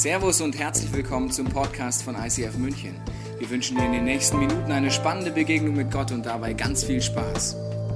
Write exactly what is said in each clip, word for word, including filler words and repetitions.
Servus und herzlich willkommen zum Podcast von I C F München. Wir wünschen dir in den nächsten Minuten eine spannende Begegnung mit Gott und dabei ganz viel Spaß.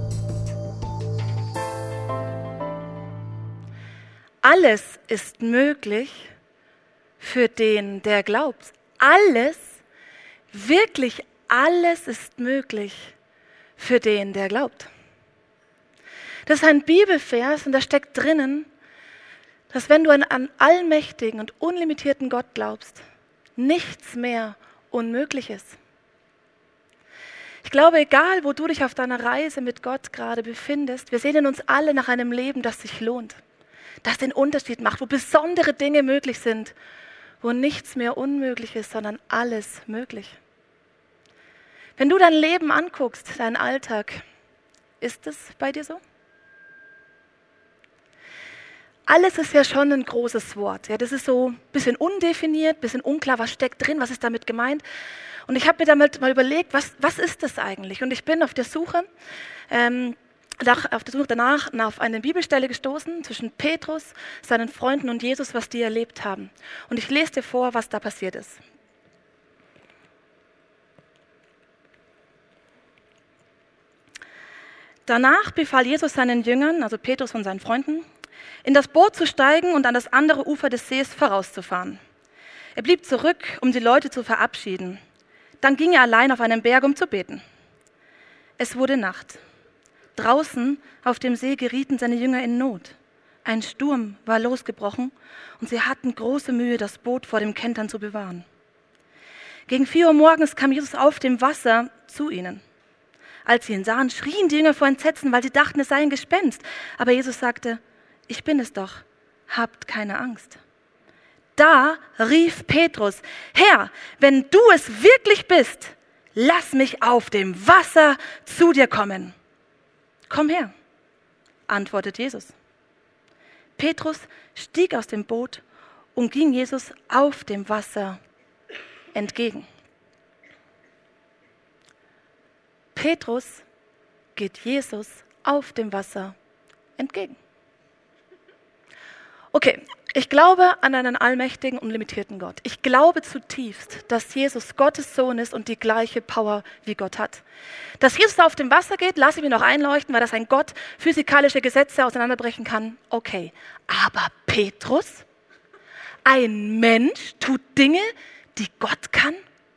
Alles ist möglich für den, der glaubt. Alles, wirklich alles ist möglich für den, der glaubt. Das ist ein Bibelvers und da steckt drinnen, dass wenn du an einen allmächtigen und unlimitierten Gott glaubst, nichts mehr unmöglich ist. Ich glaube, egal wo du dich auf deiner Reise mit Gott gerade befindest, wir sehnen uns alle nach einem Leben, das sich lohnt, das den Unterschied macht, wo besondere Dinge möglich sind, wo nichts mehr unmöglich ist, sondern alles möglich. Wenn du dein Leben anguckst, deinen Alltag, ist es bei dir so? Alles ist ja schon ein großes Wort. Ja, das ist so ein bisschen undefiniert, ein bisschen unklar, was steckt drin, was ist damit gemeint. Und ich habe mir damit mal überlegt, was, was ist das eigentlich? Und ich bin auf der Suche, ähm, nach, auf der Suche danach auf eine Bibelstelle gestoßen zwischen Petrus, seinen Freunden und Jesus, was die erlebt haben. Und ich lese dir vor, was da passiert ist. Danach befahl Jesus seinen Jüngern, also Petrus und seinen Freunden, in das Boot zu steigen und an das andere Ufer des Sees vorauszufahren. Er blieb zurück, um die Leute zu verabschieden. Dann ging er allein auf einen Berg, um zu beten. Es wurde Nacht. Draußen auf dem See gerieten seine Jünger in Not. Ein Sturm war losgebrochen und sie hatten große Mühe, das Boot vor dem Kentern zu bewahren. Gegen vier Uhr morgens kam Jesus auf dem Wasser zu ihnen. Als sie ihn sahen, schrien die Jünger vor Entsetzen, weil sie dachten, es sei ein Gespenst. Aber Jesus sagte: Ich bin es doch, habt keine Angst. Da rief Petrus: Herr, wenn du es wirklich bist, lass mich auf dem Wasser zu dir kommen. Komm her, antwortet Jesus. Petrus stieg aus dem Boot und ging Jesus auf dem Wasser entgegen. Petrus geht Jesus auf dem Wasser entgegen. Okay, ich glaube an einen allmächtigen und limitierten Gott. Ich glaube zutiefst, dass Jesus Gottes Sohn ist und die gleiche Power wie Gott hat. Dass Jesus auf dem Wasser geht, lasse ich mir noch einleuchten, weil das ein Gott physikalische Gesetze auseinanderbrechen kann. Okay, aber Petrus, ein Mensch, tut Dinge, die Gott kann?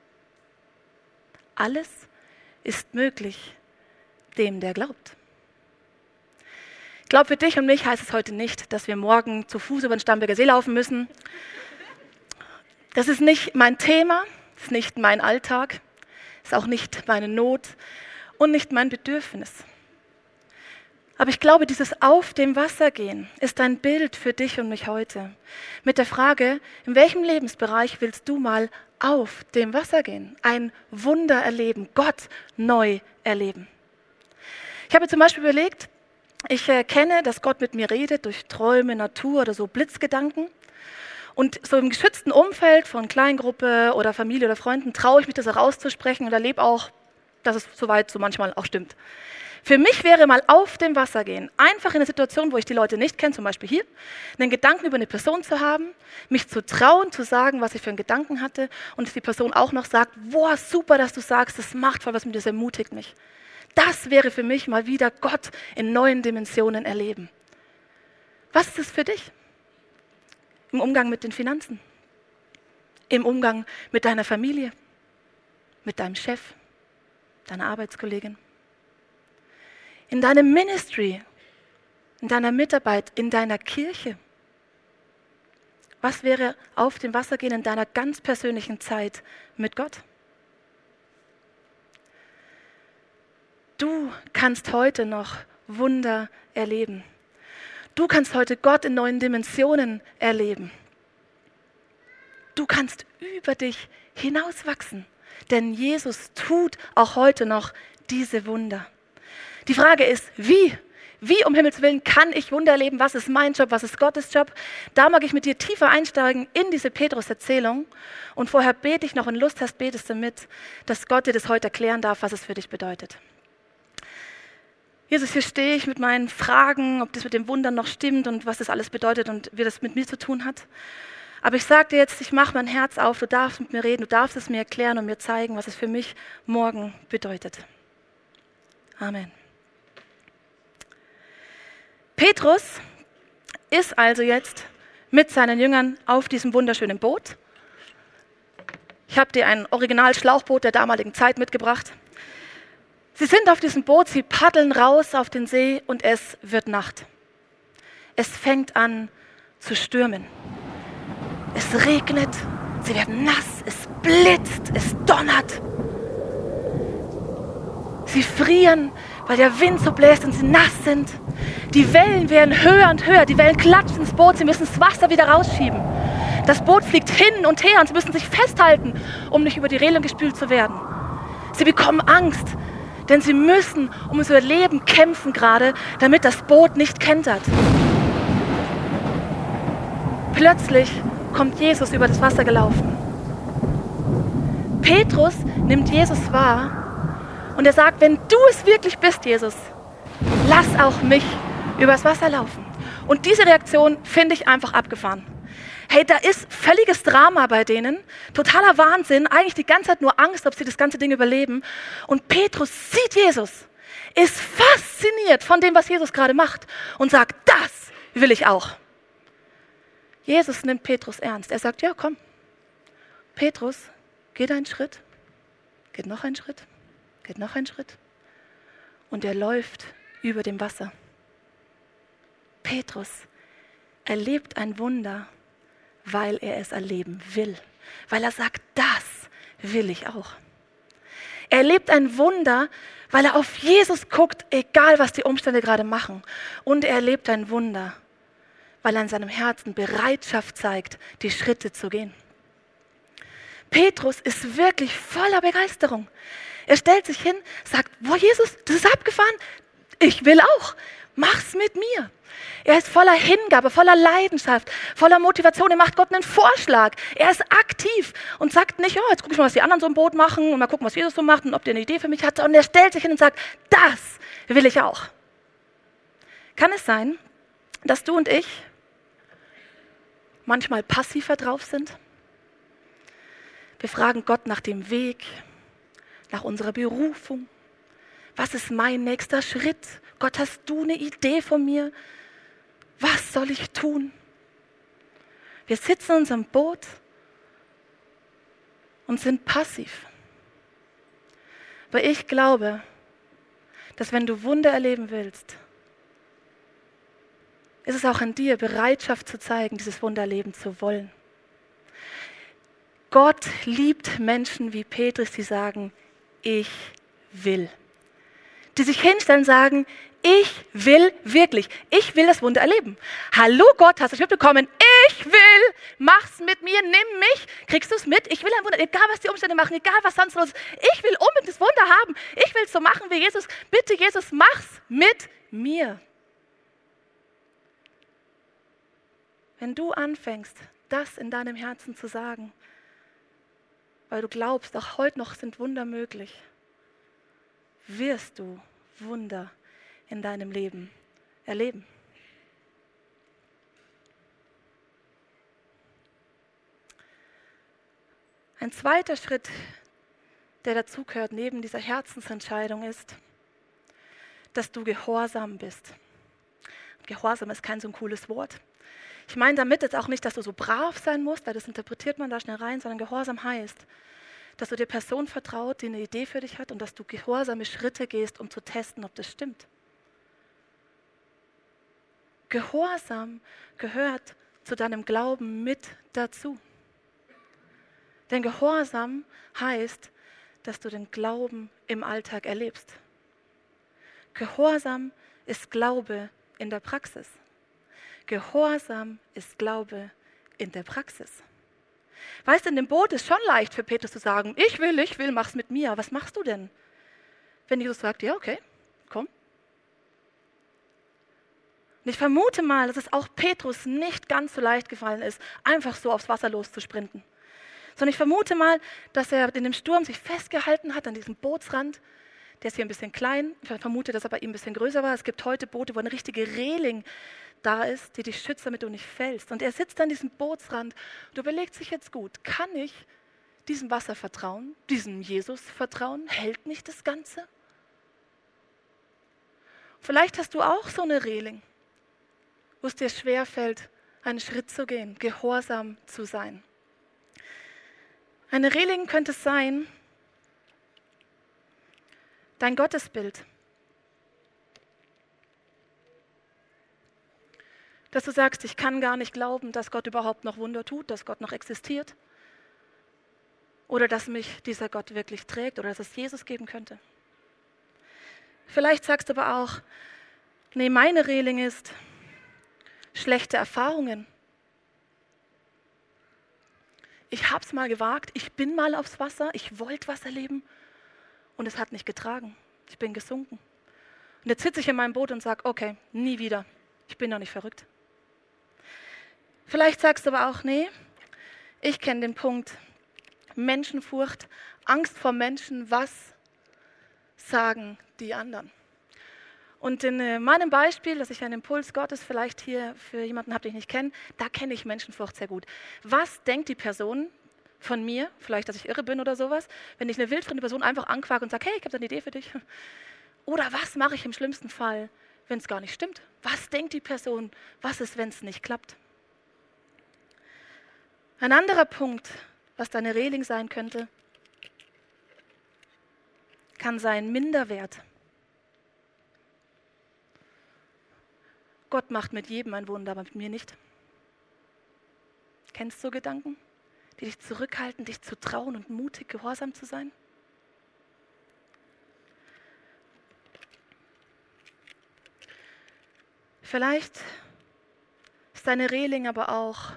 Alles ist möglich dem, der glaubt. Ich glaube, für dich und mich heißt es heute nicht, dass wir morgen zu Fuß über den Starnberger See laufen müssen. Das ist nicht mein Thema, das ist nicht mein Alltag, ist auch nicht meine Not und nicht mein Bedürfnis. Aber ich glaube, dieses Auf dem Wasser gehen ist ein Bild für dich und mich heute. Mit der Frage, in welchem Lebensbereich willst du mal auf dem Wasser gehen? Ein Wunder erleben, Gott neu erleben. Ich habe mir zum Beispiel überlegt, ich erkenne, dass Gott mit mir redet durch Träume, Natur oder so Blitzgedanken. Und so im geschützten Umfeld von Kleingruppe oder Familie oder Freunden traue ich mich, das auch auszusprechen und erlebe auch, dass es soweit so manchmal auch stimmt. Für mich wäre mal auf dem Wasser gehen, einfach in einer Situation, wo ich die Leute nicht kenne, zum Beispiel hier, einen Gedanken über eine Person zu haben, mich zu trauen, zu sagen, was ich für einen Gedanken hatte und dass die Person auch noch sagt: Boah, super, dass du sagst, das macht voll was mit dir, das ermutigt mich. Das wäre für mich mal wieder Gott in neuen Dimensionen erleben. Was ist es für dich? Im Umgang mit den Finanzen, im Umgang mit deiner Familie, mit deinem Chef, deiner Arbeitskollegin, in deinem Ministry, in deiner Mitarbeit, in deiner Kirche. Was wäre auf dem Wasser gehen in deiner ganz persönlichen Zeit mit Gott? Du kannst heute noch Wunder erleben. Du kannst heute Gott in neuen Dimensionen erleben. Du kannst über dich hinauswachsen, denn Jesus tut auch heute noch diese Wunder. Die Frage ist, wie? Wie um Himmels Willen kann ich Wunder erleben? Was ist mein Job? Was ist Gottes Job? Da mag ich mit dir tiefer einsteigen in diese Petrus-Erzählung. Und vorher bete ich noch, wenn du Lust hast, betest du mit, dass Gott dir das heute erklären darf, was es für dich bedeutet. Jesus, hier stehe ich mit meinen Fragen, ob das mit dem Wundern noch stimmt und was das alles bedeutet und wie das mit mir zu tun hat. Aber ich sage dir jetzt, ich mache mein Herz auf, du darfst mit mir reden, du darfst es mir erklären und mir zeigen, was es für mich morgen bedeutet. Amen. Petrus ist also jetzt mit seinen Jüngern auf diesem wunderschönen Boot. Ich habe dir ein Original-Schlauchboot der damaligen Zeit mitgebracht. Sie sind auf diesem Boot, sie paddeln raus auf den See und es wird Nacht. Es fängt an zu stürmen. Es regnet, sie werden nass, es blitzt, es donnert. Sie frieren, weil der Wind so bläst und sie nass sind. Die Wellen werden höher und höher, die Wellen klatschen ins Boot, sie müssen das Wasser wieder rausschieben. Das Boot fliegt hin und her und sie müssen sich festhalten, um nicht über die Reling gespült zu werden. Sie bekommen Angst, denn sie müssen um ihr Leben kämpfen gerade, damit das Boot nicht kentert. Plötzlich kommt Jesus über das Wasser gelaufen. Petrus nimmt Jesus wahr und er sagt, wenn du es wirklich bist, Jesus, lass auch mich übers Wasser laufen. Und diese Reaktion finde ich einfach abgefahren. Hey, da ist völliges Drama bei denen, totaler Wahnsinn, eigentlich die ganze Zeit nur Angst, ob sie das ganze Ding überleben. Und Petrus sieht Jesus, ist fasziniert von dem, was Jesus gerade macht und sagt, das will ich auch. Jesus nimmt Petrus ernst. Er sagt, ja, komm. Petrus, geht einen Schritt, geht noch einen Schritt, geht noch einen Schritt. Und er läuft über dem Wasser. Petrus erlebt ein Wunder, weil er es erleben will. Weil er sagt, das will ich auch. Er erlebt ein Wunder, weil er auf Jesus guckt, egal was die Umstände gerade machen. Und er erlebt ein Wunder, weil er in seinem Herzen Bereitschaft zeigt, die Schritte zu gehen. Petrus ist wirklich voller Begeisterung. Er stellt sich hin, sagt, boah Jesus, das ist abgefahren, ich will auch, mach's mit mir. Er ist voller Hingabe, voller Leidenschaft, voller Motivation. Er macht Gott einen Vorschlag. Er ist aktiv und sagt nicht, oh, jetzt gucke ich mal, was die anderen so im Boot machen und mal gucken, was Jesus so macht und ob der eine Idee für mich hat. Und er stellt sich hin und sagt, das will ich auch. Kann es sein, dass du und ich manchmal passiver drauf sind? Wir fragen Gott nach dem Weg, nach unserer Berufung. Was ist mein nächster Schritt? Gott, hast du eine Idee von mir? Was soll ich tun? Wir sitzen in unserem Boot und sind passiv. Aber ich glaube, dass wenn du Wunder erleben willst, ist es auch an dir, Bereitschaft zu zeigen, dieses Wunder erleben zu wollen. Gott liebt Menschen wie Petrus, die sagen, ich will. Die sich hinstellen und sagen, ich will wirklich, ich will das Wunder erleben. Hallo Gott, hast du es mitbekommen? Ich will, mach's mit mir, nimm mich, kriegst du es mit? Ich will ein Wunder, egal was die Umstände machen, egal was sonst los ist. Ich will unbedingt das Wunder haben. Ich will es so machen wie Jesus. Bitte Jesus, mach's mit mir. Wenn du anfängst, das in deinem Herzen zu sagen, weil du glaubst, auch heute noch sind Wunder möglich, wirst du Wunder in deinem Leben erleben. Ein zweiter Schritt, der dazugehört, neben dieser Herzensentscheidung ist, dass du gehorsam bist. Gehorsam ist kein so ein cooles Wort. Ich meine damit jetzt auch nicht, dass du so brav sein musst, weil das interpretiert man da schnell rein, sondern Gehorsam heißt, dass du der Person vertraut, die eine Idee für dich hat und dass du gehorsame Schritte gehst, um zu testen, ob das stimmt. Gehorsam gehört zu deinem Glauben mit dazu. Denn Gehorsam heißt, dass du den Glauben im Alltag erlebst. Gehorsam ist Glaube in der Praxis. Gehorsam ist Glaube in der Praxis. Weißt du, in dem Boot ist schon leicht für Petrus zu sagen, ich will, ich will, mach's mit mir. Was machst du denn? Wenn Jesus sagt, ja, okay, komm. Und ich vermute mal, dass es auch Petrus nicht ganz so leicht gefallen ist, einfach so aufs Wasser loszusprinten. Sondern ich vermute mal, dass er in dem Sturm sich festgehalten hat an diesem Bootsrand. Der ist hier ein bisschen klein. Ich vermute, dass er bei ihm ein bisschen größer war. Es gibt heute Boote, wo eine richtige Reling da ist, die dich schützt, damit du nicht fällst. Und er sitzt an diesem Bootsrand und überlegt sich jetzt gut, kann ich diesem Wasser vertrauen, diesem Jesus vertrauen? Hält mich das Ganze? Vielleicht hast du auch so eine Reling, wo es dir schwerfällt, einen Schritt zu gehen, gehorsam zu sein. Eine Reling könnte sein, dein Gottesbild. Dass du sagst, ich kann gar nicht glauben, dass Gott überhaupt noch Wunder tut, dass Gott noch existiert. Oder dass mich dieser Gott wirklich trägt oder dass es Jesus geben könnte. Vielleicht sagst du aber auch, nee, meine Reling ist schlechte Erfahrungen. Ich habe es mal gewagt, ich bin mal aufs Wasser, ich wollte was erleben und es hat nicht getragen. Ich bin gesunken. Und jetzt sitze ich in meinem Boot und sage, okay, nie wieder. Ich bin doch nicht verrückt. Vielleicht sagst du aber auch, nee, ich kenne den Punkt Menschenfurcht, Angst vor Menschen, was sagen die anderen? Und in äh, meinem Beispiel, dass ich einen Impuls Gottes vielleicht hier für jemanden habe, den ich nicht kenne, da kenne ich Menschenfurcht sehr gut. Was denkt die Person von mir, vielleicht, dass ich irre bin oder sowas, wenn ich eine wildfremde Person einfach anquake und sage, hey, ich habe da eine Idee für dich? Oder was mache ich im schlimmsten Fall, wenn es gar nicht stimmt? Was denkt die Person? Was ist, wenn es nicht klappt? Ein anderer Punkt, was deine Reling sein könnte, kann sein Minderwert. Gott macht mit jedem ein Wunder, aber mit mir nicht. Kennst du so Gedanken, die dich zurückhalten, dich zu trauen und mutig, gehorsam zu sein? Vielleicht ist deine Reling aber auch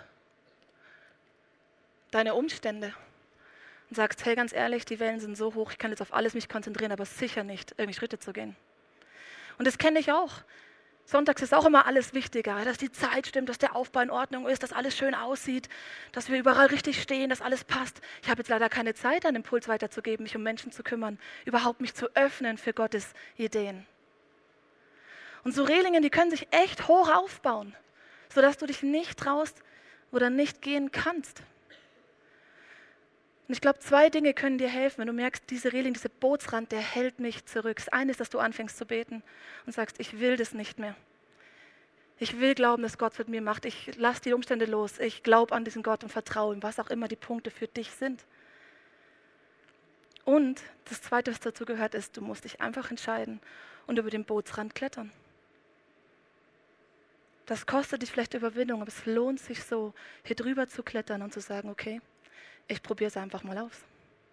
deine Umstände und sagst, hey, ganz ehrlich, die Wellen sind so hoch, ich kann jetzt auf alles mich konzentrieren, aber sicher nicht, irgendwie Schritte zu gehen. Und das kenne ich auch. Sonntags ist auch immer alles wichtiger, dass die Zeit stimmt, dass der Aufbau in Ordnung ist, dass alles schön aussieht, dass wir überall richtig stehen, dass alles passt. Ich habe jetzt leider keine Zeit, einen Impuls weiterzugeben, mich um Menschen zu kümmern, überhaupt mich zu öffnen für Gottes Ideen. Und so Relingen, die können sich echt hoch aufbauen, sodass du dich nicht traust oder nicht gehen kannst. Und ich glaube, zwei Dinge können dir helfen, wenn du merkst, diese Reling, dieser Bootsrand, der hält mich zurück. Das eine ist, dass du anfängst zu beten und sagst, ich will das nicht mehr. Ich will glauben, dass Gott mit mir macht. Ich lasse die Umstände los. Ich glaube an diesen Gott und vertraue ihm, was auch immer die Punkte für dich sind. Und das Zweite, was dazu gehört, ist, du musst dich einfach entscheiden und über den Bootsrand klettern. Das kostet dich vielleicht Überwindung, aber es lohnt sich so, hier drüber zu klettern und zu sagen, okay, ich probiere es einfach mal aus.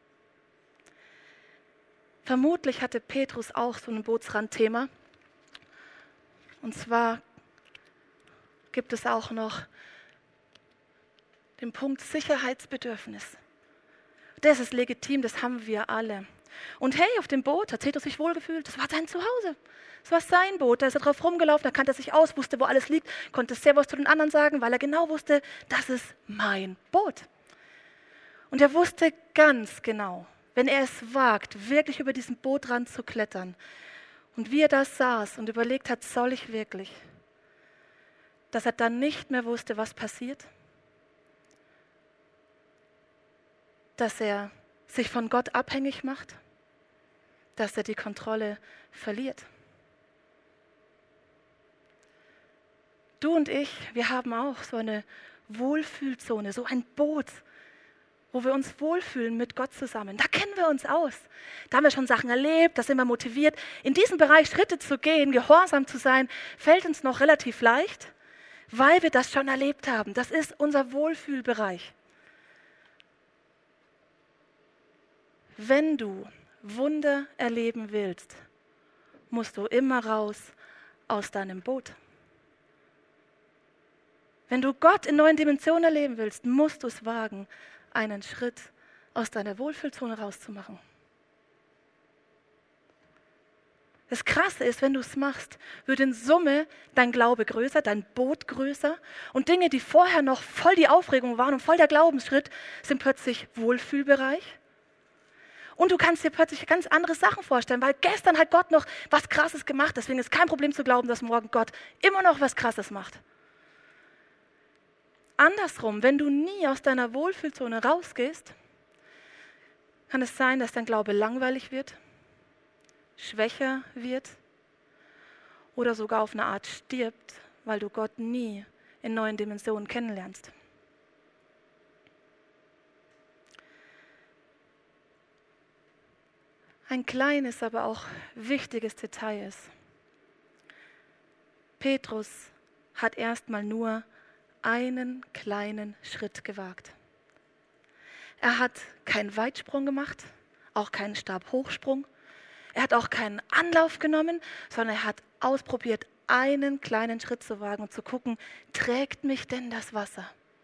Vermutlich hatte Petrus auch so ein Bootsrandthema. Und zwar gibt es auch noch den Punkt Sicherheitsbedürfnis. Das ist legitim, das haben wir alle. Und hey, auf dem Boot hat Petrus sich wohlgefühlt, das war sein Zuhause. Das war sein Boot, da ist er drauf rumgelaufen, da kannte er sich aus, wusste, wo alles liegt, konnte Servus zu den anderen sagen, weil er genau wusste, das ist mein Boot. Und er wusste ganz genau, wenn er es wagt, wirklich über diesen Bootrand zu klettern und wie er da saß und überlegt hat, soll ich wirklich, dass er dann nicht mehr wusste, was passiert, dass er sich von Gott abhängig macht, dass er die Kontrolle verliert. Du und ich, wir haben auch so eine Wohlfühlzone, so ein Boot, wo wir uns wohlfühlen mit Gott zusammen. Da kennen wir uns aus. Da haben wir schon Sachen erlebt, da sind wir motiviert. In diesem Bereich Schritte zu gehen, gehorsam zu sein, fällt uns noch relativ leicht, weil wir das schon erlebt haben. Das ist unser Wohlfühlbereich. Wenn du Wunder erleben willst, musst du immer raus aus deinem Boot. Wenn du Gott in neuen Dimensionen erleben willst, musst du es wagen, einen Schritt aus deiner Wohlfühlzone rauszumachen. Das Krasse ist, wenn du es machst, wird in Summe dein Glaube größer, dein Boot größer und Dinge, die vorher noch voll die Aufregung waren und voll der Glaubensschritt, sind plötzlich Wohlfühlbereich. Und du kannst dir plötzlich ganz andere Sachen vorstellen, weil gestern hat Gott noch was Krasses gemacht. Deswegen ist es kein Problem zu glauben, dass morgen Gott immer noch was Krasses macht. Andersrum, wenn du nie aus deiner Wohlfühlzone rausgehst, kann es sein, dass dein Glaube langweilig wird, schwächer wird oder sogar auf eine Art stirbt, weil du Gott nie in neuen Dimensionen kennenlernst. Ein kleines, aber auch wichtiges Detail ist, Petrus hat erstmal nur einen kleinen Schritt gewagt. Er hat keinen Weitsprung gemacht, auch keinen Stabhochsprung. Er hat auch keinen Anlauf genommen, sondern er hat ausprobiert, einen kleinen Schritt zu wagen und zu gucken, trägt mich denn das Wasser?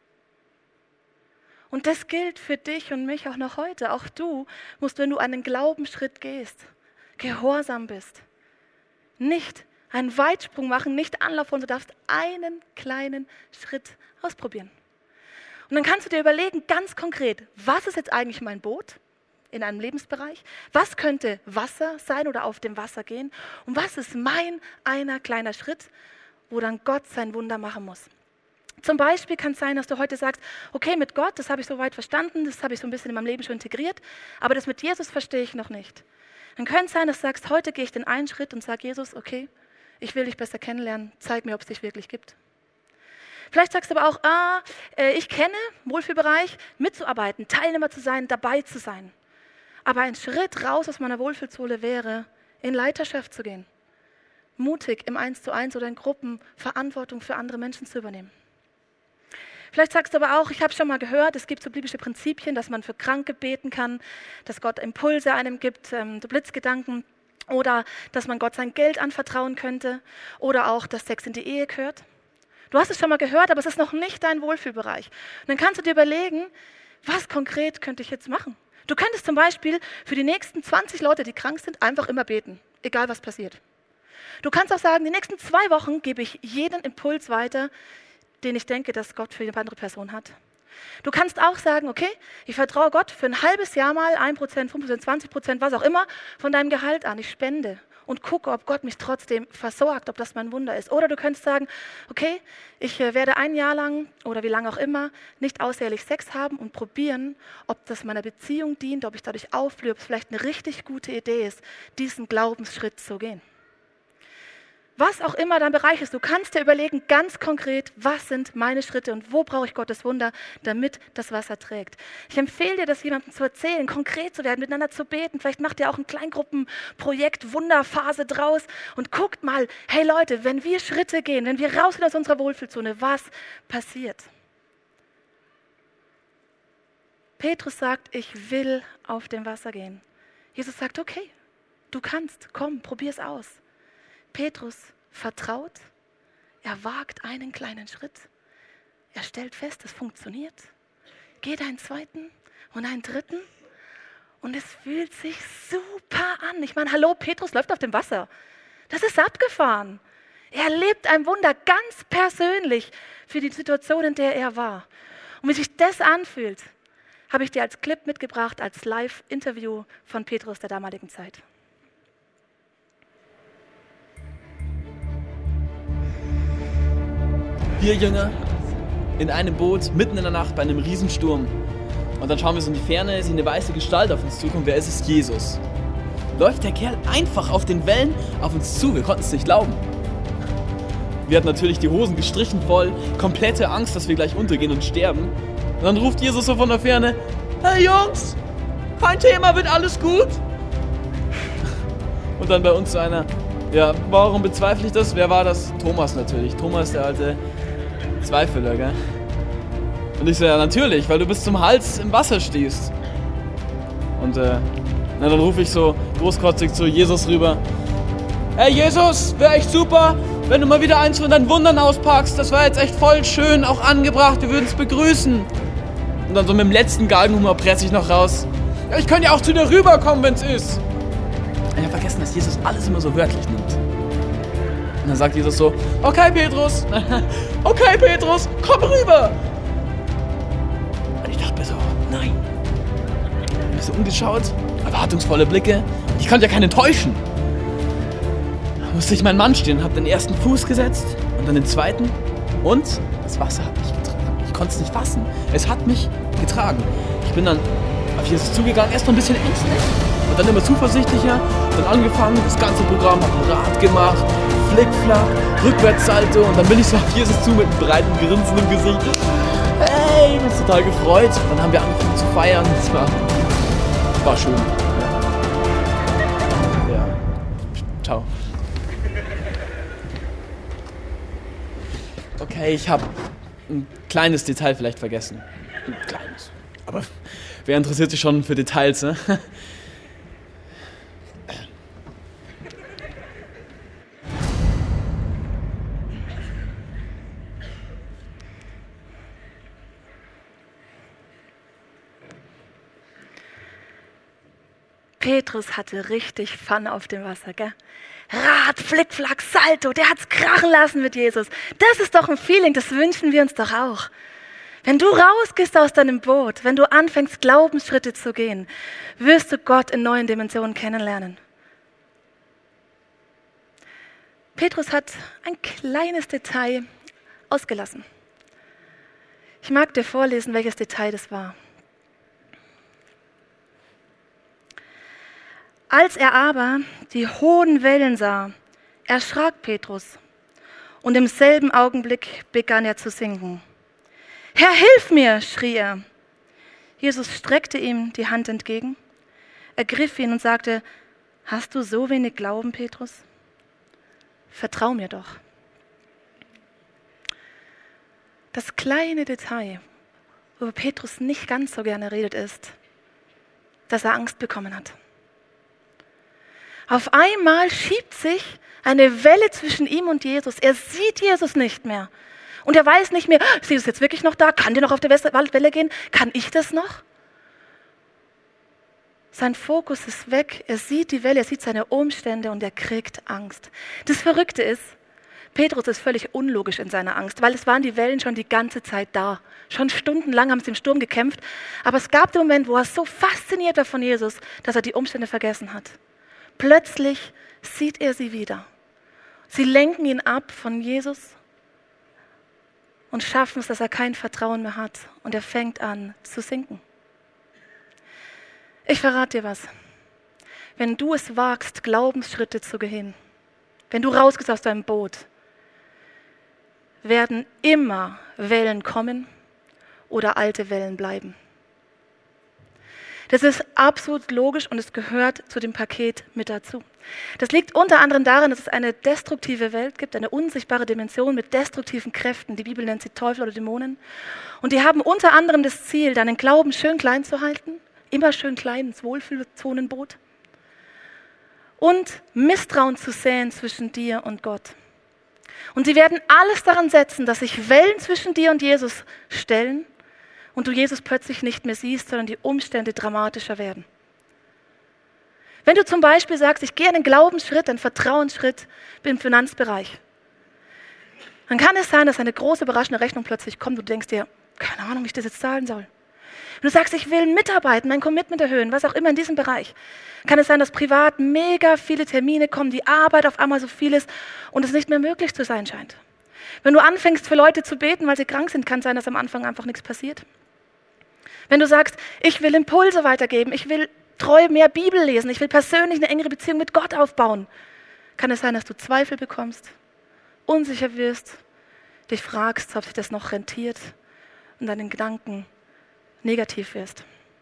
Und das gilt für dich und mich auch noch heute. Auch du musst, wenn du einen Glaubensschritt gehst, gehorsam bist, nicht einen Weitsprung machen, nicht anlaufen, du darfst einen kleinen Schritt ausprobieren. Und dann kannst du dir überlegen, ganz konkret, was ist jetzt eigentlich mein Boot in einem Lebensbereich? Was könnte Wasser sein oder auf dem Wasser gehen? Und was ist mein einer kleiner Schritt, wo dann Gott sein Wunder machen muss? Zum Beispiel kann es sein, dass du heute sagst, okay, mit Gott, das habe ich soweit verstanden, das habe ich so ein bisschen in meinem Leben schon integriert, aber das mit Jesus verstehe ich noch nicht. Dann könnte es sein, dass du sagst, heute gehe ich den einen Schritt und sage, Jesus, okay, ich will dich besser kennenlernen, zeig mir, ob es dich wirklich gibt. Vielleicht sagst du aber auch, ah, ich kenne Wohlfühlbereich, mitzuarbeiten, Teilnehmer zu sein, dabei zu sein. Aber ein Schritt raus aus meiner Wohlfühlzone wäre, in Leiterschaft zu gehen. Mutig im Eins zu Eins oder in Gruppen Verantwortung für andere Menschen zu übernehmen. Vielleicht sagst du aber auch, ich habe schon mal gehört, es gibt so biblische Prinzipien, dass man für Kranke beten kann, dass Gott Impulse einem gibt, ähm, so Blitzgedanken, oder dass man Gott sein Geld anvertrauen könnte, oder auch, dass Sex in die Ehe gehört. Du hast es schon mal gehört, aber es ist noch nicht dein Wohlfühlbereich. Und dann kannst du dir überlegen, was konkret könnte ich jetzt machen? Du könntest zum Beispiel für die nächsten zwanzig Leute, die krank sind, einfach immer beten, egal was passiert. Du kannst auch sagen, die nächsten zwei Wochen gebe ich jeden Impuls weiter, den ich denke, dass Gott für eine andere Person hat. Du kannst auch sagen, okay, ich vertraue Gott für ein halbes Jahr mal ein Prozent, fünf Prozent, zwanzig Prozent, was auch immer, von deinem Gehalt an. Ich spende und gucke, ob Gott mich trotzdem versorgt, ob das mein Wunder ist. Oder du könntest sagen, okay, ich werde ein Jahr lang oder wie lange auch immer nicht ausehrlich Sex haben und probieren, ob das meiner Beziehung dient, ob ich dadurch aufblühe, ob es vielleicht eine richtig gute Idee ist, diesen Glaubensschritt zu gehen. Was auch immer dein Bereich ist, du kannst dir überlegen, ganz konkret, was sind meine Schritte und wo brauche ich Gottes Wunder, damit das Wasser trägt. Ich empfehle dir, das jemandem zu erzählen, konkret zu werden, miteinander zu beten. Vielleicht macht ihr auch ein Kleingruppenprojekt, Wunderphase draus und guckt mal, hey Leute, wenn wir Schritte gehen, wenn wir rausgehen aus unserer Wohlfühlzone, was passiert? Petrus sagt, ich will auf dem Wasser gehen. Jesus sagt, okay, du kannst, komm, probier es aus. Petrus vertraut, er wagt einen kleinen Schritt, er stellt fest, es funktioniert, geht einen zweiten und einen dritten und es fühlt sich super an. Ich meine, hallo, Petrus läuft auf dem Wasser, das ist abgefahren. Er erlebt ein Wunder ganz persönlich für die Situation, in der er war. Und wie sich das anfühlt, habe ich dir als Clip mitgebracht, als Live-Interview von Petrus der damaligen Zeit. Vier Jünger in einem Boot, mitten in der Nacht bei einem Riesensturm. Und dann schauen wir so in die Ferne, sehen eine weiße Gestalt auf uns zukommen. Wer ist es? Jesus. Läuft der Kerl einfach auf den Wellen auf uns zu. Wir konnten es nicht glauben. Wir hatten natürlich die Hosen gestrichen voll, komplette Angst, dass wir gleich untergehen und sterben. Und dann ruft Jesus so von der Ferne, hey Jungs, kein Thema, wird alles gut? Und dann bei uns so einer, ja, warum bezweifle ich das? Wer war das? Thomas natürlich. Thomas, der alte Zweifeler, gell? Und ich so, ja, natürlich, weil du bis zum Hals im Wasser stehst. Und äh, na, dann rufe ich so großkotzig zu Jesus rüber. Hey Jesus, wäre echt super, wenn du mal wieder eins von deinen Wundern auspackst. Das war jetzt echt voll schön, auch angebracht, wir würden es begrüßen. Und dann so mit dem letzten Galgenhumor presse ich noch raus. Ja, ich könnte ja auch zu dir rüberkommen, wenn es ist. Ich habe vergessen, dass Jesus alles immer so wörtlich nimmt. Und dann sagt Jesus so, okay Petrus, okay Petrus, komm rüber. Und ich dachte mir so, nein, wir so umgeschaut, erwartungsvolle Blicke. Ich konnte ja keinen täuschen. Da musste ich meinen Mann stehen, habe den ersten Fuß gesetzt und dann den zweiten. Und das Wasser hat mich getragen. Ich konnte es nicht fassen. Es hat mich getragen. Ich bin dann auf Jesus zugegangen, erst noch ein bisschen ängstlich und dann immer zuversichtlicher. Dann angefangen, das ganze Programm, habe ein Rad gemacht, Flickflack, Rückwärtssalto und dann bin ich so auf Jesus zu mit einem breiten Grinsen im Gesicht. Hey, ich bin total gefreut. Dann haben wir angefangen zu feiern. Das war, war schön. Ja. ja. Ciao. Okay, ich habe ein kleines Detail vielleicht vergessen. Ein kleines. Aber wer interessiert sich schon für Details, ne? Petrus hatte richtig Fun auf dem Wasser, gell? Rad, Flickflack, Salto, der hat's krachen lassen mit Jesus. Das ist doch ein Feeling, das wünschen wir uns doch auch. Wenn du rausgehst aus deinem Boot, wenn du anfängst, Glaubensschritte zu gehen, wirst du Gott in neuen Dimensionen kennenlernen. Petrus hat ein kleines Detail ausgelassen. Ich mag dir vorlesen, welches Detail das war. Als er aber die hohen Wellen sah, erschrak Petrus und im selben Augenblick begann er zu sinken. »Herr, hilf mir!« schrie er. Jesus streckte ihm die Hand entgegen, ergriff ihn und sagte, »Hast du so wenig Glauben, Petrus? Vertrau mir doch.« Das kleine Detail, worüber Petrus nicht ganz so gerne redet, ist, dass er Angst bekommen hat. Auf einmal schiebt sich eine Welle zwischen ihm und Jesus. Er sieht Jesus nicht mehr. Und er weiß nicht mehr, ist Jesus jetzt wirklich noch da? Kann der noch auf der Welle gehen? Kann ich das noch? Sein Fokus ist weg. Er sieht die Welle, er sieht seine Umstände und er kriegt Angst. Das Verrückte ist, Petrus ist völlig unlogisch in seiner Angst, weil es waren die Wellen schon die ganze Zeit da. Schon stundenlang haben sie im Sturm gekämpft. Aber es gab den Moment, wo er so fasziniert war von Jesus, dass er die Umstände vergessen hat. Plötzlich sieht er sie wieder. Sie lenken ihn ab von Jesus und schaffen es, dass er kein Vertrauen mehr hat. Und er fängt an zu sinken. Ich verrate dir was. Wenn du es wagst, Glaubensschritte zu gehen, wenn du rausgehst aus deinem Boot, werden immer Wellen kommen oder alte Wellen bleiben. Das ist absolut logisch und es gehört zu dem Paket mit dazu. Das liegt unter anderem daran, dass es eine destruktive Welt gibt, eine unsichtbare Dimension mit destruktiven Kräften. Die Bibel nennt sie Teufel oder Dämonen. Und die haben unter anderem das Ziel, deinen Glauben schön klein zu halten, immer schön klein ins Wohlfühlzonenboot und Misstrauen zu säen zwischen dir und Gott. Und sie werden alles daran setzen, dass sich Wellen zwischen dir und Jesus stellen, und du Jesus plötzlich nicht mehr siehst, sondern die Umstände dramatischer werden. Wenn du zum Beispiel sagst, ich gehe einen Glaubensschritt, einen Vertrauensschritt im Finanzbereich, dann kann es sein, dass eine große, überraschende Rechnung plötzlich kommt und du denkst dir, keine Ahnung, wie ich das jetzt zahlen soll. Wenn du sagst, ich will mitarbeiten, mein Commitment erhöhen, was auch immer in diesem Bereich, kann es sein, dass privat mega viele Termine kommen, die Arbeit auf einmal so viel ist und es nicht mehr möglich zu sein scheint. Wenn du anfängst, für Leute zu beten, weil sie krank sind, kann es sein, dass am Anfang einfach nichts passiert. Wenn du sagst, ich will Impulse weitergeben, ich will treu mehr Bibel lesen, ich will persönlich eine engere Beziehung mit Gott aufbauen, kann es sein, dass du Zweifel bekommst, unsicher wirst, dich fragst, ob sich das noch rentiert und deinen Gedanken negativ wirst.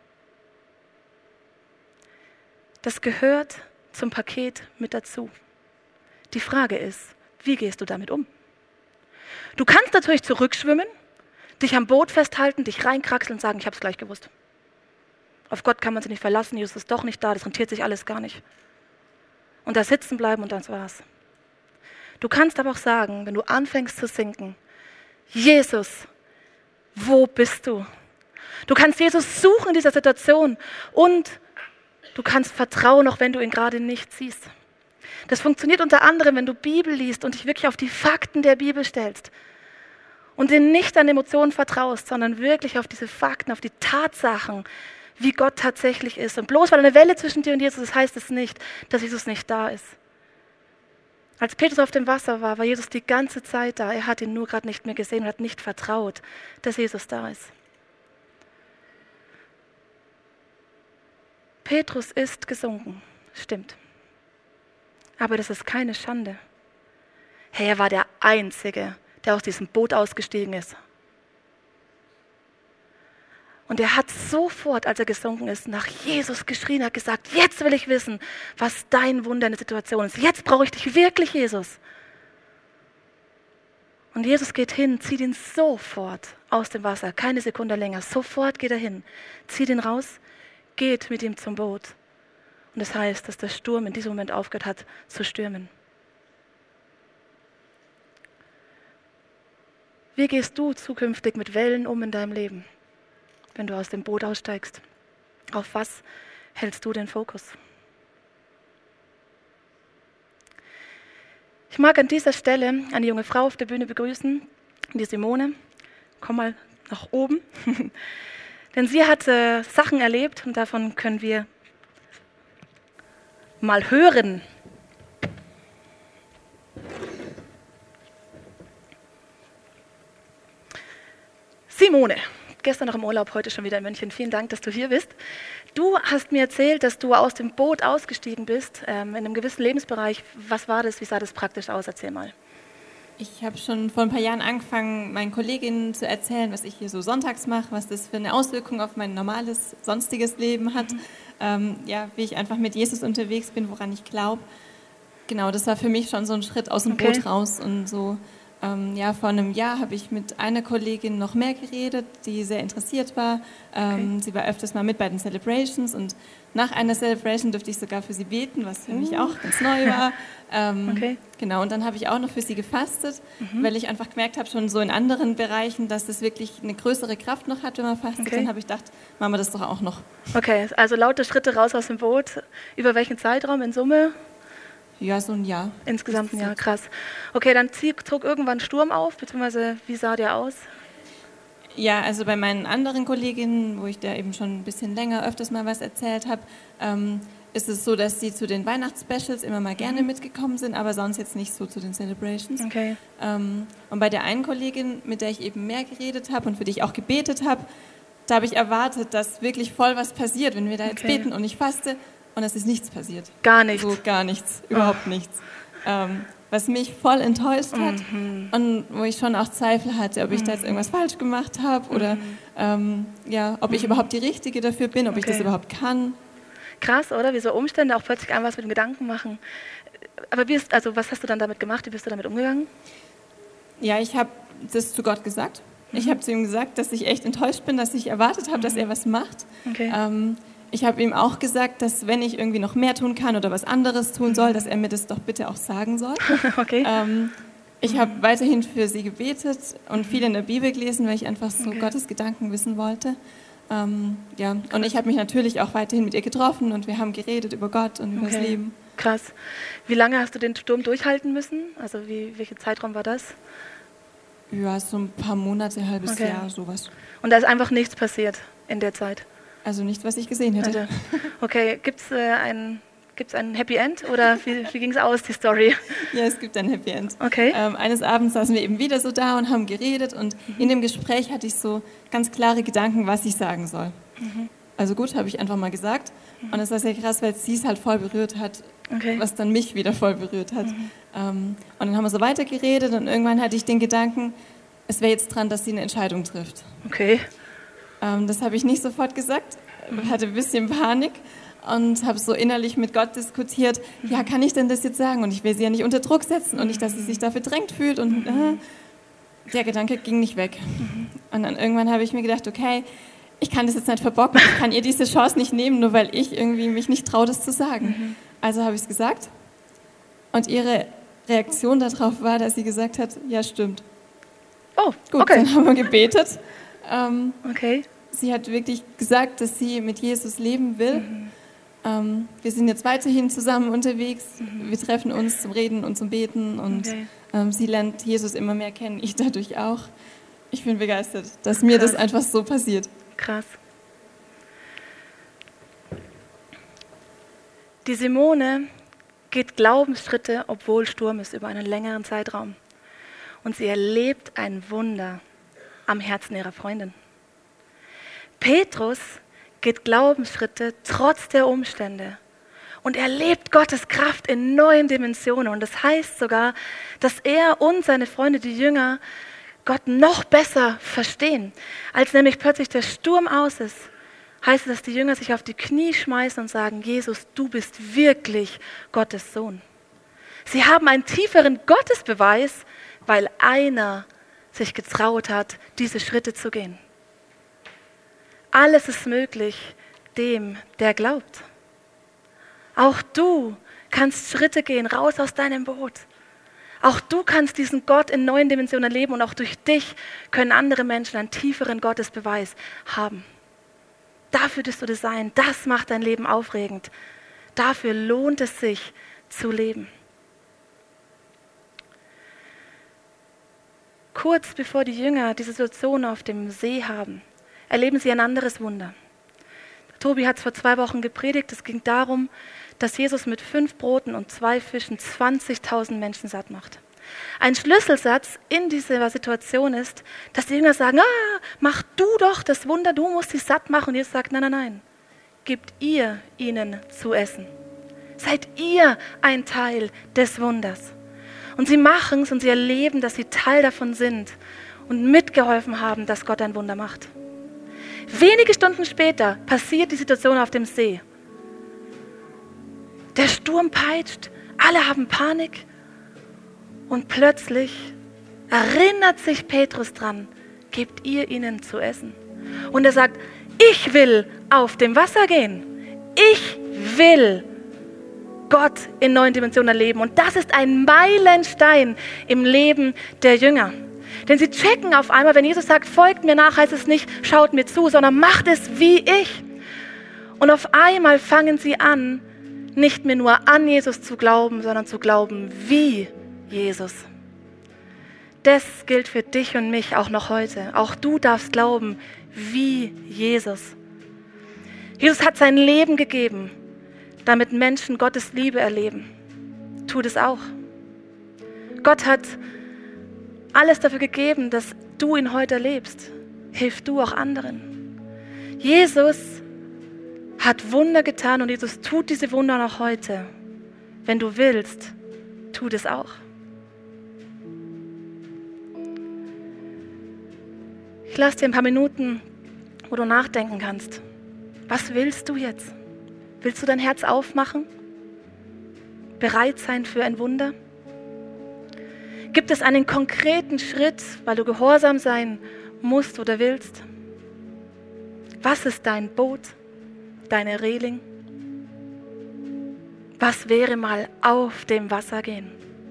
Das gehört zum Paket mit dazu. Die Frage ist, wie gehst du damit um? Du kannst natürlich zurückschwimmen, dich am Boot festhalten, dich reinkraxeln und sagen, ich habe es gleich gewusst. Auf Gott kann man sich nicht verlassen, Jesus ist doch nicht da, das rentiert sich alles gar nicht. Und da sitzen bleiben und das war's. Du kannst aber auch sagen, wenn du anfängst zu sinken, Jesus, wo bist du? Du kannst Jesus suchen in dieser Situation und du kannst vertrauen, auch wenn du ihn gerade nicht siehst. Das funktioniert unter anderem, wenn du Bibel liest und dich wirklich auf die Fakten der Bibel stellst und dir nicht an Emotionen vertraust, sondern wirklich auf diese Fakten, auf die Tatsachen, wie Gott tatsächlich ist. Und bloß weil eine Welle zwischen dir und Jesus ist, heißt es nicht, dass Jesus nicht da ist. Als Petrus auf dem Wasser war, war Jesus die ganze Zeit da. Er hat ihn nur gerade nicht mehr gesehen und hat nicht vertraut, dass Jesus da ist. Petrus ist gesunken, stimmt. Aber das ist keine Schande. Hey, er war der Einzige, der aus diesem Boot ausgestiegen ist. Und er hat sofort, als er gesunken ist, nach Jesus geschrien, hat gesagt, jetzt will ich wissen, was dein Wunder in der Situation ist. Jetzt brauche ich dich wirklich, Jesus. Und Jesus geht hin, zieht ihn sofort aus dem Wasser, keine Sekunde länger. Sofort geht er hin, zieht ihn raus, geht mit ihm zum Boot. Und das heißt, dass der Sturm in diesem Moment aufgehört hat zu stürmen. Wie gehst du zukünftig mit Wellen um in deinem Leben, wenn du aus dem Boot aussteigst? Auf was hältst du den Fokus? Ich mag an dieser Stelle eine junge Frau auf der Bühne begrüßen, die Simone. Komm mal nach oben. Denn sie hat äh, Sachen erlebt und davon können wir mal hören. Simone, gestern noch im Urlaub, heute schon wieder in München. Vielen Dank, dass du hier bist. Du hast mir erzählt, dass du aus dem Boot ausgestiegen bist, ähm, in einem gewissen Lebensbereich. Was war das? Wie sah das praktisch aus? Erzähl mal. Ich habe schon vor ein paar Jahren angefangen, meinen Kolleginnen zu erzählen, was ich hier so sonntags mache, was das für eine Auswirkung auf mein normales, sonstiges Leben hat. Mhm. Ähm, ja, wie ich einfach mit Jesus unterwegs bin, woran ich glaube. Genau, das war für mich schon so ein Schritt aus dem okay. Boot raus. Und so, ähm, ja, vor einem Jahr habe ich mit einer Kollegin noch mehr geredet, die sehr interessiert war. Ähm, okay. Sie war öfters mal mit bei den Celebrations und nach einer Celebration durfte ich sogar für sie beten, was für mhm. mich auch ganz neu war. Ähm, okay. Genau, und dann habe ich auch noch für sie gefastet, mhm. weil ich einfach gemerkt habe, schon so in anderen Bereichen, dass das wirklich eine größere Kraft noch hat, wenn man fastet. Okay. Dann habe ich gedacht, machen wir das doch auch noch. Okay, also laute Schritte raus aus dem Boot. Über welchen Zeitraum in Summe? Ja, so ein Jahr. Insgesamt ein Jahr, krass. Okay, dann zog irgendwann Sturm auf, beziehungsweise wie sah der aus? Ja, also bei meinen anderen Kolleginnen, wo ich da eben schon ein bisschen länger öfters mal was erzählt habe, ähm, ist es so, dass sie zu den Weihnachtsspecials immer mal gerne mhm. mitgekommen sind, aber sonst jetzt nicht so zu den Celebrations. Okay. Ähm, und bei der einen Kollegin, mit der ich eben mehr geredet habe und für die ich auch gebetet habe, da habe ich erwartet, dass wirklich voll was passiert, wenn wir da jetzt okay. beten und ich faste. Und es ist nichts passiert. Gar nichts? So gar nichts, überhaupt oh. nichts. Ähm, was mich voll enttäuscht hat mhm. und wo ich schon auch Zweifel hatte, ob ich mhm. da jetzt irgendwas falsch gemacht habe mhm. oder ähm, ja, ob ich überhaupt die Richtige dafür bin, ob okay. ich das überhaupt kann. Krass, oder? Wie so Umstände auch plötzlich einem was mit dem Gedanken machen. Aber wie ist, also was hast du dann damit gemacht? Wie bist du damit umgegangen? Ja, ich habe das zu Gott gesagt. Mhm. Ich habe zu ihm gesagt, dass ich echt enttäuscht bin, dass ich erwartet habe, mhm. dass er was macht. Okay. Ähm, Ich habe ihm auch gesagt, dass wenn ich irgendwie noch mehr tun kann oder was anderes tun soll, dass er mir das doch bitte auch sagen soll. Okay. Ähm, ich habe weiterhin für sie gebetet und viel in der Bibel gelesen, weil ich einfach so okay. Gottes Gedanken wissen wollte. Ähm, ja. Und ich habe mich natürlich auch weiterhin mit ihr getroffen und wir haben geredet über Gott und über okay. das Leben. Krass. Wie lange hast du den Sturm durchhalten müssen? Also wie, welcher Zeitraum war das? Ja, so ein paar Monate, halbes okay. Jahr, sowas. Und da ist einfach nichts passiert in der Zeit? Also nicht, was ich gesehen hätte. Also, okay, gibt es äh, ein, gibt's ein Happy End oder wie, wie ging es aus, die Story? Ja, es gibt ein Happy End. Okay. Ähm, eines Abends saßen wir eben wieder so da und haben geredet und mhm. in dem Gespräch hatte ich so ganz klare Gedanken, was ich sagen soll. Mhm. Also gut, habe ich einfach mal gesagt. Mhm. Und das war sehr krass, weil sie es halt voll berührt hat, okay. was dann mich wieder voll berührt hat. Mhm. Ähm, und dann haben wir so weiter geredet und irgendwann hatte ich den Gedanken, es wäre jetzt dran, dass sie eine Entscheidung trifft. Okay. Ähm, das habe ich nicht sofort gesagt, hatte ein bisschen Panik und habe so innerlich mit Gott diskutiert, ja, kann ich denn das jetzt sagen? Und ich will sie ja nicht unter Druck setzen und nicht, dass sie sich dafür drängt fühlt. Und äh, der Gedanke ging nicht weg. Und dann irgendwann habe ich mir gedacht, okay, ich kann das jetzt nicht verbocken, ich kann ihr diese Chance nicht nehmen, nur weil ich irgendwie mich nicht traue, das zu sagen. Also habe ich es gesagt und ihre Reaktion darauf war, dass sie gesagt hat, ja, stimmt. Oh, gut, okay. Dann haben wir gebetet. Ähm, okay. Sie hat wirklich gesagt, dass sie mit Jesus leben will. Mhm. Ähm, wir sind jetzt weiterhin zusammen unterwegs. Mhm. Wir treffen uns zum Reden und zum Beten. Und okay. ähm, sie lernt Jesus immer mehr kennen, ich dadurch auch. Ich bin begeistert, dass mir Krass. das einfach so passiert. Krass. Die Simone geht Glaubensschritte, obwohl Sturm ist, über einen längeren Zeitraum. Und sie erlebt ein Wunder am Herzen ihrer Freundin. Petrus geht Glaubensschritte trotz der Umstände und erlebt Gottes Kraft in neuen Dimensionen. Und das heißt sogar, dass er und seine Freunde, die Jünger, Gott noch besser verstehen. Als nämlich plötzlich der Sturm aus ist, heißt es, dass die Jünger sich auf die Knie schmeißen und sagen, Jesus, du bist wirklich Gottes Sohn. Sie haben einen tieferen Gottesbeweis, weil einer sich getraut hat, diese Schritte zu gehen. Alles ist möglich dem, der glaubt. Auch du kannst Schritte gehen, raus aus deinem Boot. Auch du kannst diesen Gott in neuen Dimensionen erleben und auch durch dich können andere Menschen einen tieferen Gottesbeweis haben. Dafür bist du Design, das macht dein Leben aufregend. Dafür lohnt es sich zu leben. Kurz bevor die Jünger diese Situation auf dem See haben, erleben sie ein anderes Wunder. Tobi hat es vor zwei Wochen gepredigt, es ging darum, dass Jesus mit fünf Broten und zwei Fischen zwanzigtausend Menschen satt macht. Ein Schlüsselsatz in dieser Situation ist, dass die Jünger sagen, ah, mach du doch das Wunder, du musst sie satt machen. Und Jesus sagt, nein, nein, nein, gebt ihr ihnen zu essen. Seid ihr ein Teil des Wunders. Und sie machen es und sie erleben, dass sie Teil davon sind und mitgeholfen haben, dass Gott ein Wunder macht. Wenige Stunden später passiert die Situation auf dem See. Der Sturm peitscht, alle haben Panik und plötzlich erinnert sich Petrus dran, gebt ihr ihnen zu essen. Und er sagt, ich will auf dem Wasser gehen. Ich will Gott in neuen Dimensionen erleben. Und das ist ein Meilenstein im Leben der Jünger. Denn sie checken auf einmal, wenn Jesus sagt, folgt mir nach, heißt es nicht, schaut mir zu, sondern macht es wie ich. Und auf einmal fangen sie an, nicht mehr nur an Jesus zu glauben, sondern zu glauben wie Jesus. Das gilt für dich und mich auch noch heute. Auch du darfst glauben wie Jesus. Jesus hat sein Leben gegeben, damit Menschen Gottes Liebe erleben. Tu das auch. Gott hat alles dafür gegeben, dass du ihn heute erlebst. Hilf du auch anderen. Jesus hat Wunder getan und Jesus tut diese Wunder noch heute. Wenn du willst, tu das auch. Ich lasse dir ein paar Minuten, wo du nachdenken kannst. Was willst du jetzt? Willst du dein Herz aufmachen? Bereit sein für ein Wunder? Gibt es einen konkreten Schritt, weil du gehorsam sein musst oder willst? Was ist dein Boot, deine Reling? Was wäre mal auf dem Wasser gehen?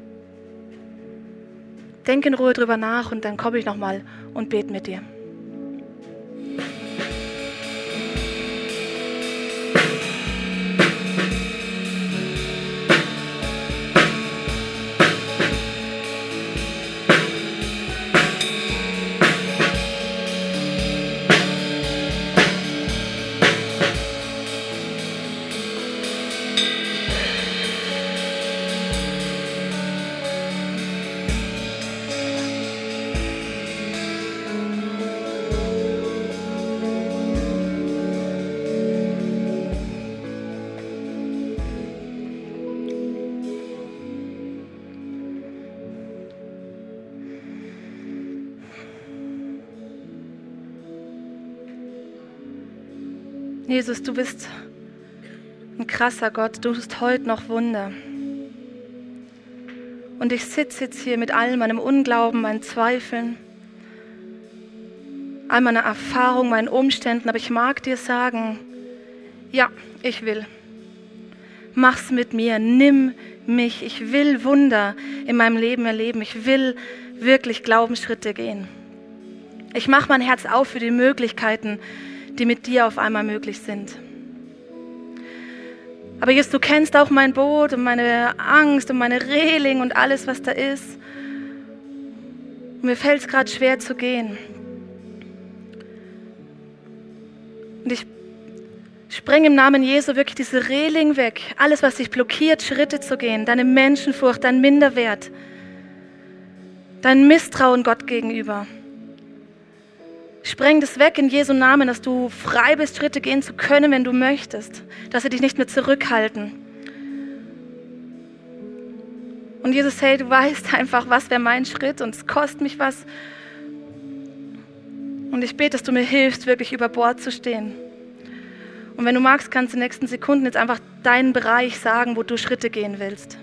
Denk in Ruhe drüber nach und dann komme ich nochmal und bete mit dir. Jesus, du bist ein krasser Gott, du tust heute noch Wunder. Und ich sitze jetzt hier mit all meinem Unglauben, meinen Zweifeln, all meiner Erfahrung, meinen Umständen, aber ich mag dir sagen, ja, ich will. Mach's mit mir, nimm mich, ich will Wunder in meinem Leben erleben, ich will wirklich Glaubensschritte gehen. Ich mache mein Herz auf für die Möglichkeiten, die mit dir auf einmal möglich sind. Aber Jesus, du kennst auch mein Boot und meine Angst und meine Reling und alles, was da ist. Und mir fällt es gerade schwer zu gehen. Und ich Spreng im Namen Jesu wirklich diese Reling weg. Alles, was dich blockiert, Schritte zu gehen. Deine Menschenfurcht, dein Minderwert. Dein Misstrauen Gott gegenüber. Spreng das weg in Jesu Namen, dass du frei bist, Schritte gehen zu können, wenn du möchtest. Dass sie dich nicht mehr zurückhalten. Und Jesus, hey, du weißt einfach, was wäre mein Schritt und es kostet mich was. Und ich bete, dass du mir hilfst, wirklich über Bord zu stehen. Und wenn du magst, kannst du in den nächsten Sekunden jetzt einfach deinen Bereich sagen, wo du Schritte gehen willst.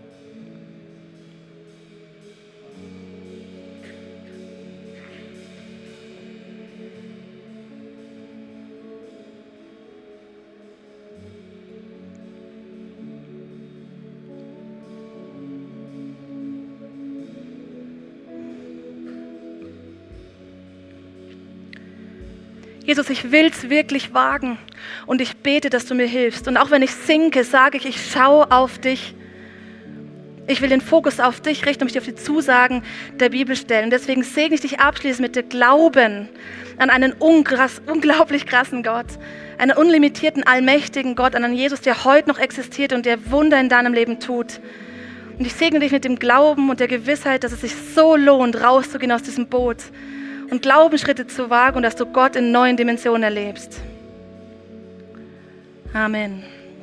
Jesus, ich will es wirklich wagen und ich bete, dass du mir hilfst. Und auch wenn ich sinke, sage ich, ich schaue auf dich. Ich will den Fokus auf dich richten und mich auf die Zusagen der Bibel stellen. Deswegen segne ich dich abschließend mit dem Glauben an einen unkrass, unglaublich krassen Gott, einen unlimitierten, allmächtigen Gott, an einen Jesus, der heute noch existiert und der Wunder in deinem Leben tut. Und ich segne dich mit dem Glauben und der Gewissheit, dass es sich so lohnt, rauszugehen aus diesem Boot und Glaubensschritte zu wagen und dass du Gott in neuen Dimensionen erlebst. Amen.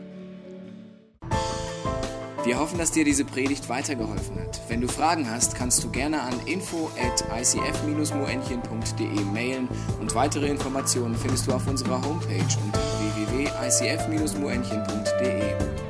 Wir hoffen, dass dir diese Predigt weitergeholfen hat. Wenn du Fragen hast, kannst du gerne an info at i c f dash moenchen punkt d e mailen und weitere Informationen findest du auf unserer Homepage unter w w w punkt i c f dash moenchen punkt d e.